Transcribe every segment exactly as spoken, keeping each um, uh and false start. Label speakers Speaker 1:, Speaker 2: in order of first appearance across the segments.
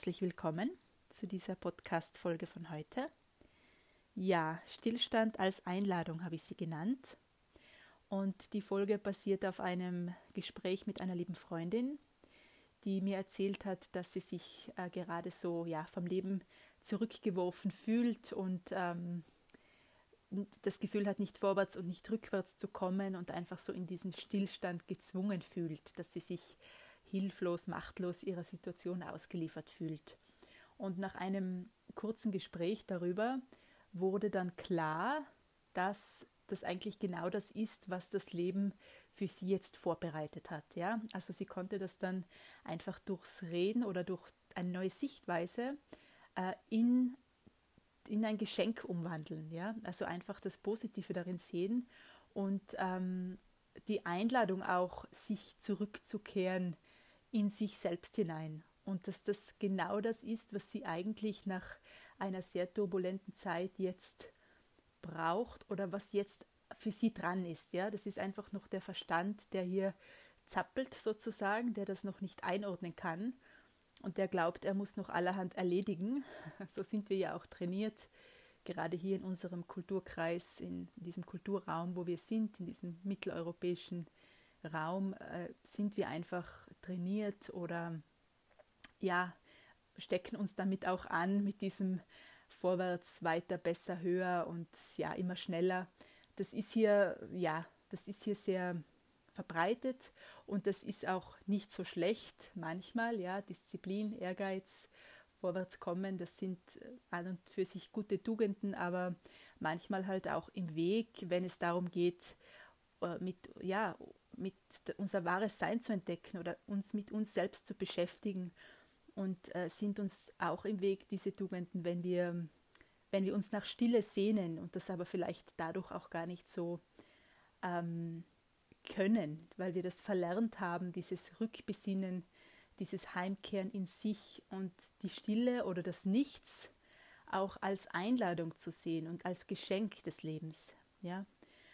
Speaker 1: herzlich willkommen zu dieser Podcast-Folge von heute. Ja, Stillstand als Einladung habe ich sie genannt. Und die Folge basiert auf einem Gespräch mit einer lieben Freundin, die mir erzählt hat, dass sie sich äh, gerade so ja, vom Leben zurückgeworfen fühlt und ähm, das Gefühl hat, nicht vorwärts und nicht rückwärts zu kommen und einfach so in diesen Stillstand gezwungen fühlt, dass sie sich hilflos, machtlos ihrer Situation ausgeliefert fühlt. Und nach einem kurzen Gespräch darüber wurde dann klar, dass das eigentlich genau das ist, was das Leben für sie jetzt vorbereitet hat. Ja? Also sie konnte das dann einfach durchs Reden oder durch eine neue Sichtweise äh, in, in ein Geschenk umwandeln. Ja? Also einfach das Positive darin sehen und ähm, die Einladung auch, sich zurückzukehren in sich selbst hinein. Und dass das genau das ist, was sie eigentlich nach einer sehr turbulenten Zeit jetzt braucht oder was jetzt für sie dran ist. Ja? Das ist einfach noch der Verstand, der hier zappelt sozusagen, der das noch nicht einordnen kann und der glaubt, er muss noch allerhand erledigen. So sind wir ja auch trainiert, gerade hier in unserem Kulturkreis, in diesem Kulturraum, wo wir sind, in diesem mitteleuropäischen Raum, äh, sind wir einfach trainiert oder ja, stecken uns damit auch an, mit diesem vorwärts, weiter, besser, höher und ja, immer schneller. Das ist hier, ja, das ist hier sehr verbreitet und das ist auch nicht so schlecht manchmal, ja, Disziplin, Ehrgeiz, Vorwärtskommen, das sind an und für sich gute Tugenden, aber manchmal halt auch im Weg, wenn es darum geht, mit, ja, mit unser wahres Sein zu entdecken oder uns mit uns selbst zu beschäftigen und äh, sind uns auch im Weg, diese Tugenden, wenn wir, wenn wir uns nach Stille sehnen und das aber vielleicht dadurch auch gar nicht so ähm, können, weil wir das verlernt haben, dieses Rückbesinnen, dieses Heimkehren in sich und die Stille oder das Nichts auch als Einladung zu sehen und als Geschenk des Lebens. Ja?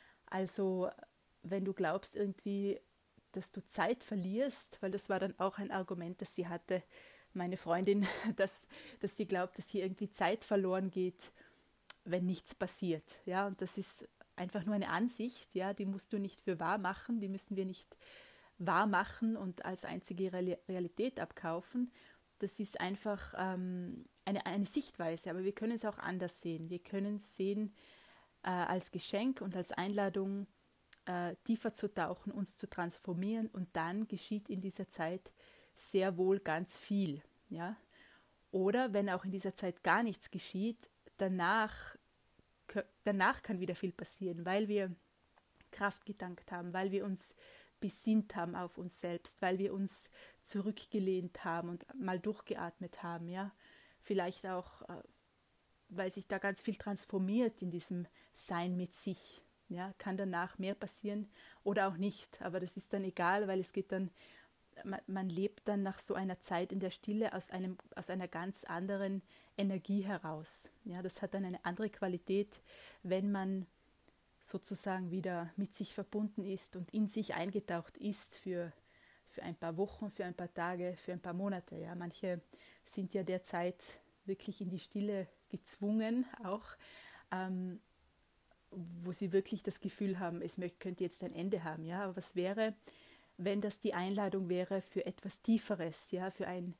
Speaker 1: Also wenn du glaubst irgendwie, dass du Zeit verlierst, weil das war dann auch ein Argument, das sie hatte, meine Freundin, dass, dass sie glaubt, dass hier irgendwie Zeit verloren geht, wenn nichts passiert. Ja, und das ist einfach nur eine Ansicht, ja, die musst du nicht für wahr machen, die müssen wir nicht wahr machen und als einzige Realität abkaufen. Das ist einfach ähm, eine, eine Sichtweise, aber wir können es auch anders sehen. Wir können es sehen äh, als Geschenk und als Einladung, äh, tiefer zu tauchen, uns zu transformieren und dann geschieht in dieser Zeit sehr wohl ganz viel. Ja? Oder wenn auch in dieser Zeit gar nichts geschieht, danach, danach kann wieder viel passieren, weil wir Kraft getankt haben, weil wir uns besinnt haben auf uns selbst, weil wir uns zurückgelehnt haben und mal durchgeatmet haben. Ja? Vielleicht auch, weil sich da ganz viel transformiert in diesem Sein mit sich. Ja? Kann danach mehr passieren oder auch nicht, aber das ist dann egal, weil es geht dann Man, man lebt dann nach so einer Zeit in der Stille aus, einem, aus einer ganz anderen Energie heraus. Ja, das hat dann eine andere Qualität, wenn man sozusagen wieder mit sich verbunden ist und in sich eingetaucht ist für, für ein paar Wochen, für ein paar Tage, für ein paar Monate. Ja, manche sind ja derzeit wirklich in die Stille gezwungen, auch ähm, wo sie wirklich das Gefühl haben, es könnte jetzt ein Ende haben. Ja, aber was wäre, wenn das die Einladung wäre für etwas Tieferes, ja, für ein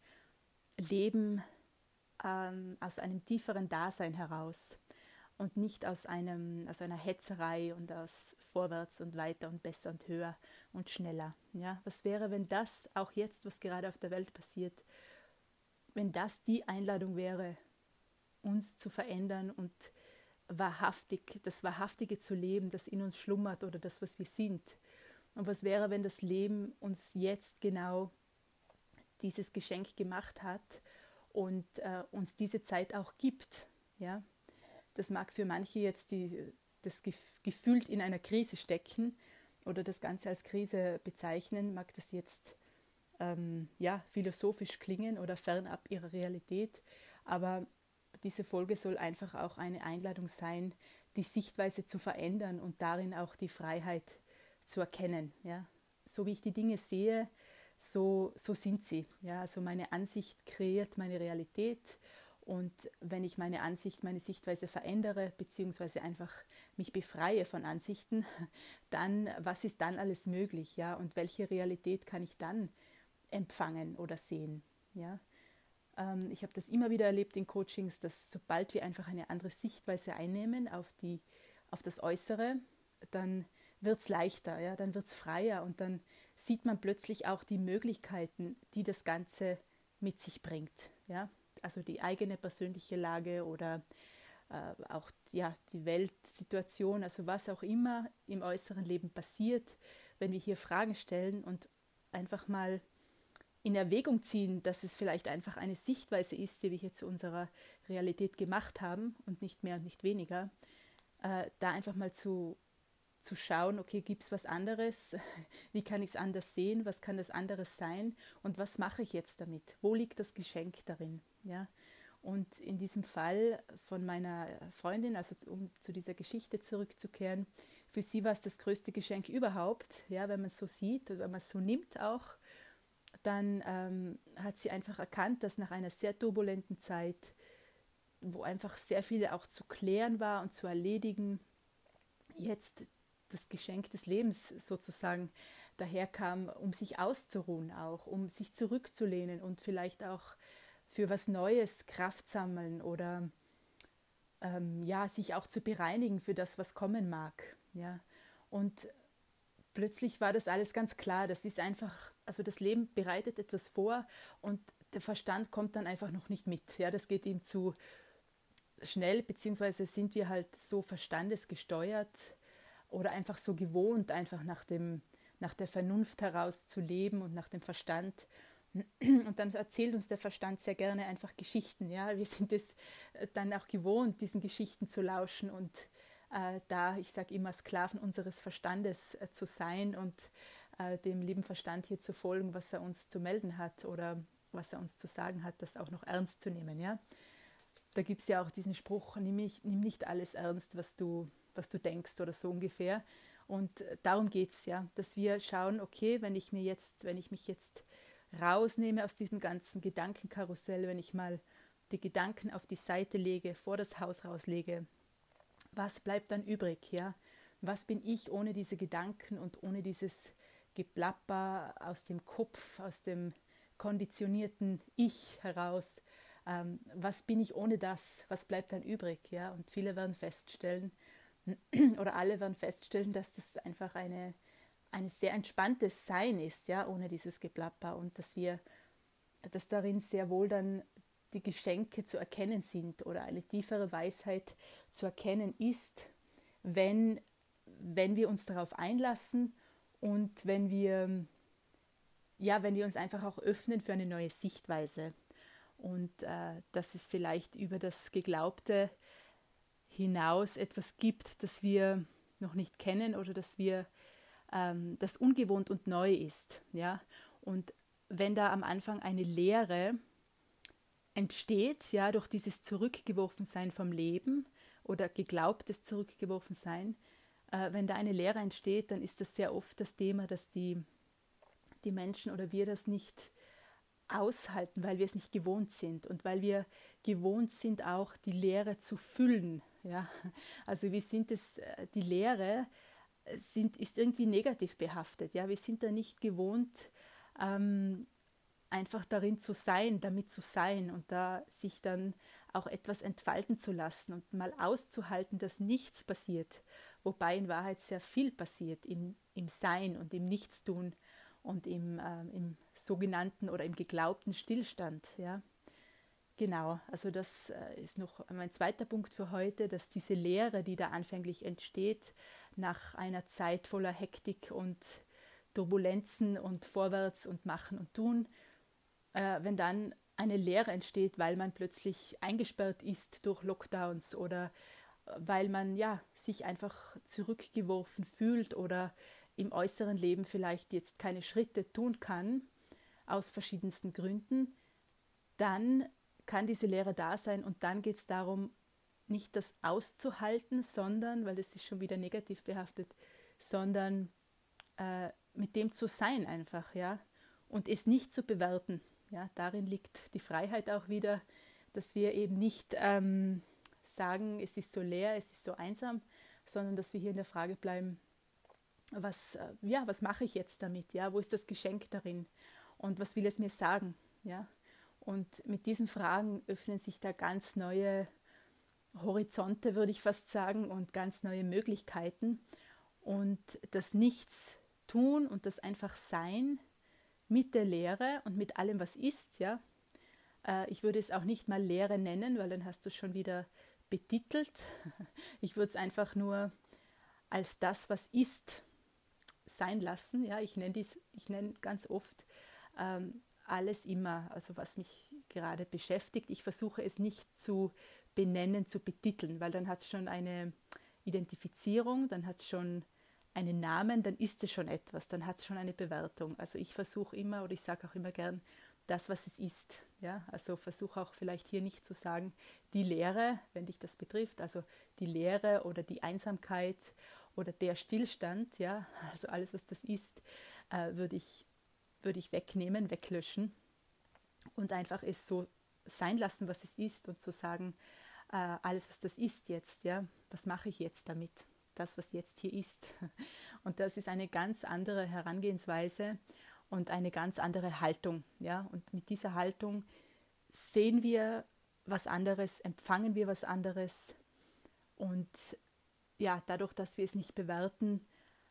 Speaker 1: Leben ähm, aus einem tieferen Dasein heraus und nicht aus, einem, aus einer Hetzerei und aus vorwärts und weiter und besser und höher und schneller. Ja. Was wäre, wenn das auch jetzt, was gerade auf der Welt passiert, wenn das die Einladung wäre, uns zu verändern und wahrhaftig, das Wahrhaftige zu leben, das in uns schlummert oder das, was wir sind. Und was wäre, wenn das Leben uns jetzt genau dieses Geschenk gemacht hat und äh, uns diese Zeit auch gibt? Ja? Das mag für manche jetzt die, das gefühlt in einer Krise stecken oder das Ganze als Krise bezeichnen, mag das jetzt ähm, ja, philosophisch klingen oder fernab ihrer Realität. Aber diese Folge soll einfach auch eine Einladung sein, die Sichtweise zu verändern und darin auch die Freiheit zu erkennen. Ja? So wie ich die Dinge sehe, so, so sind sie. Ja? Also meine Ansicht kreiert meine Realität. Und wenn ich meine Ansicht, meine Sichtweise verändere, beziehungsweise einfach mich befreie von Ansichten, dann, was ist dann alles möglich? Ja? Und welche Realität kann ich dann empfangen oder sehen? Ja? Ähm, ich habe das immer wieder erlebt in Coachings, dass sobald wir einfach eine andere Sichtweise einnehmen auf, die, auf das Äußere, dann wird es leichter, ja? Dann wird es freier und dann sieht man plötzlich auch die Möglichkeiten, die das Ganze mit sich bringt. Ja? Also die eigene persönliche Lage oder äh, auch ja, die Weltsituation, also was auch immer im äußeren Leben passiert, wenn wir hier Fragen stellen und einfach mal in Erwägung ziehen, dass es vielleicht einfach eine Sichtweise ist, die wir hier zu unserer Realität gemacht haben und nicht mehr und nicht weniger, äh, da einfach mal zu, zu schauen, okay, gibt es was anderes? Wie kann ich es anders sehen? Was kann das anderes sein? Und was mache ich jetzt damit? Wo liegt das Geschenk darin? Ja? Und in diesem Fall von meiner Freundin, also um zu dieser Geschichte zurückzukehren, für sie war es das größte Geschenk überhaupt, ja, wenn man es so sieht oder wenn man es so nimmt auch, dann ähm, hat sie einfach erkannt, dass nach einer sehr turbulenten Zeit, wo einfach sehr viel auch zu klären war und zu erledigen, jetzt das Geschenk des Lebens sozusagen daherkam, um sich auszuruhen auch, um sich zurückzulehnen und vielleicht auch für was Neues Kraft sammeln oder ähm, ja, sich auch zu bereinigen für das, was kommen mag. Ja. Und plötzlich war das alles ganz klar, das ist einfach, also das Leben bereitet etwas vor und der Verstand kommt dann einfach noch nicht mit. Ja, das geht ihm zu schnell, beziehungsweise sind wir halt so verstandesgesteuert oder einfach so gewohnt, einfach nach dem, nach der Vernunft heraus zu leben und nach dem Verstand. Und dann erzählt uns der Verstand sehr gerne einfach Geschichten. Ja? Wir sind es dann auch gewohnt, diesen Geschichten zu lauschen und äh, da, ich sage immer, Sklaven unseres Verstandes äh, zu sein und äh, dem lieben Verstand hier zu folgen, was er uns zu melden hat oder was er uns zu sagen hat, das auch noch ernst zu nehmen. Ja? Da gibt es ja auch diesen Spruch, nimm nicht, nimm nicht alles ernst, was du, was du denkst oder so ungefähr. Und darum geht es, ja, dass wir schauen, okay, wenn ich mir jetzt, wenn ich mich jetzt rausnehme aus diesem ganzen Gedankenkarussell, wenn ich mal die Gedanken auf die Seite lege, vor das Haus rauslege, was bleibt dann übrig? Ja? Was bin ich ohne diese Gedanken und ohne dieses Geplapper aus dem Kopf, aus dem konditionierten Ich heraus? Ähm, was bin ich ohne das? Was bleibt dann übrig? Ja? Und viele werden feststellen, oder alle werden feststellen, dass das einfach eine ein sehr entspanntes Sein ist, ja, ohne dieses Geplapper und dass wir, dass darin sehr wohl dann die Geschenke zu erkennen sind oder eine tiefere Weisheit zu erkennen ist, wenn, wenn wir uns darauf einlassen und wenn wir, ja, wenn wir uns einfach auch öffnen für eine neue Sichtweise und äh, dass es vielleicht über das Geglaubte hinaus etwas gibt, das wir noch nicht kennen oder das wir das ungewohnt und neu ist. Ja? Und wenn da am Anfang eine Leere entsteht, ja, durch dieses Zurückgeworfensein vom Leben oder geglaubtes Zurückgeworfensein, äh, wenn da eine Leere entsteht, dann ist das sehr oft das Thema, dass die, die Menschen oder wir das nicht aushalten, weil wir es nicht gewohnt sind und weil wir gewohnt sind, auch die Leere zu füllen. Ja? Also wir sind es, die Leere Sind, ist irgendwie negativ behaftet. Ja? Wir sind da nicht gewohnt, ähm, einfach darin zu sein, damit zu sein und da sich dann auch etwas entfalten zu lassen und mal auszuhalten, dass nichts passiert, wobei in Wahrheit sehr viel passiert im, im Sein und im Nichtstun und im, äh, im sogenannten oder im geglaubten Stillstand. Ja? Genau, also das ist noch mein zweiter Punkt für heute, dass diese Leere, die da anfänglich entsteht, nach einer Zeit voller Hektik und Turbulenzen und Vorwärts und Machen und Tun, äh, wenn dann eine Leere entsteht, weil man plötzlich eingesperrt ist durch Lockdowns oder weil man ja sich einfach zurückgeworfen fühlt oder im äußeren Leben vielleicht jetzt keine Schritte tun kann, aus verschiedensten Gründen, dann kann diese Leere da sein und dann geht es darum, nicht das auszuhalten, sondern, weil das ist schon wieder negativ behaftet, sondern äh, mit dem zu sein einfach, ja, und es nicht zu bewerten. Ja, darin liegt die Freiheit auch wieder, dass wir eben nicht ähm, sagen, es ist so leer, es ist so einsam, sondern dass wir hier in der Frage bleiben, was, äh, ja, was mache ich jetzt damit? Ja? Wo ist das Geschenk darin? Und was will es mir sagen? Ja? Und mit diesen Fragen öffnen sich da ganz neue Horizonte, würde ich fast sagen, und ganz neue Möglichkeiten. Und das Nichts tun und das einfach Sein mit der Lehre und mit allem, was ist, ja. Äh, ich würde es auch nicht mal Lehre nennen, weil dann hast du es schon wieder betitelt. Ich würde es einfach nur als das, was ist, sein lassen. Ja, ich nenne dies, ich nenne ganz oft ähm, alles immer, also was mich gerade beschäftigt. Ich versuche es nicht zu benennen, zu betiteln, weil dann hat es schon eine Identifizierung, dann hat es schon einen Namen, dann ist es schon etwas, dann hat es schon eine Bewertung. Also ich versuche immer, oder ich sage auch immer gern, das, was es ist. Ja? Also versuche auch vielleicht hier nicht zu sagen, die Leere, wenn dich das betrifft, also die Leere oder die Einsamkeit oder der Stillstand, ja, also alles, was das ist, äh, würde ich, würde ich wegnehmen, weglöschen und einfach es so sein lassen, was es ist und zu sagen, äh, alles, was das ist jetzt, ja, was mache ich jetzt damit? Das, was jetzt hier ist. Und das ist eine ganz andere Herangehensweise und eine ganz andere Haltung. Ja? Und mit dieser Haltung sehen wir was anderes, empfangen wir was anderes. Und ja, dadurch, dass wir es nicht bewerten,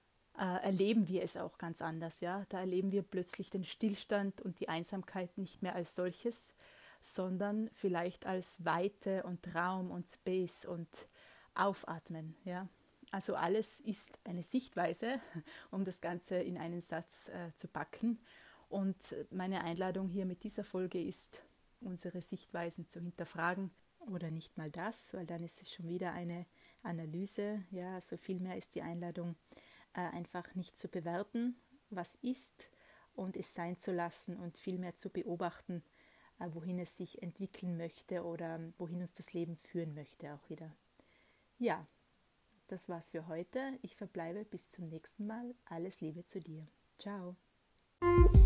Speaker 1: äh, erleben wir es auch ganz anders. Ja? Da erleben wir plötzlich den Stillstand und die Einsamkeit nicht mehr als solches, sondern vielleicht als Weite und Raum und Space und Aufatmen. Ja? Also alles ist eine Sichtweise, um das Ganze in einen Satz äh, zu packen. Und meine Einladung hier mit dieser Folge ist, unsere Sichtweisen zu hinterfragen oder nicht mal das, weil dann ist es schon wieder eine Analyse. Ja, also vielmehr ist die Einladung, äh, einfach nicht zu bewerten, was ist und es sein zu lassen und vielmehr zu beobachten, äh, wohin es sich entwickeln möchte oder wohin uns das Leben führen möchte auch wieder. Ja. Das war's für heute. Ich verbleibe bis zum nächsten Mal. Alles Liebe zu dir. Ciao.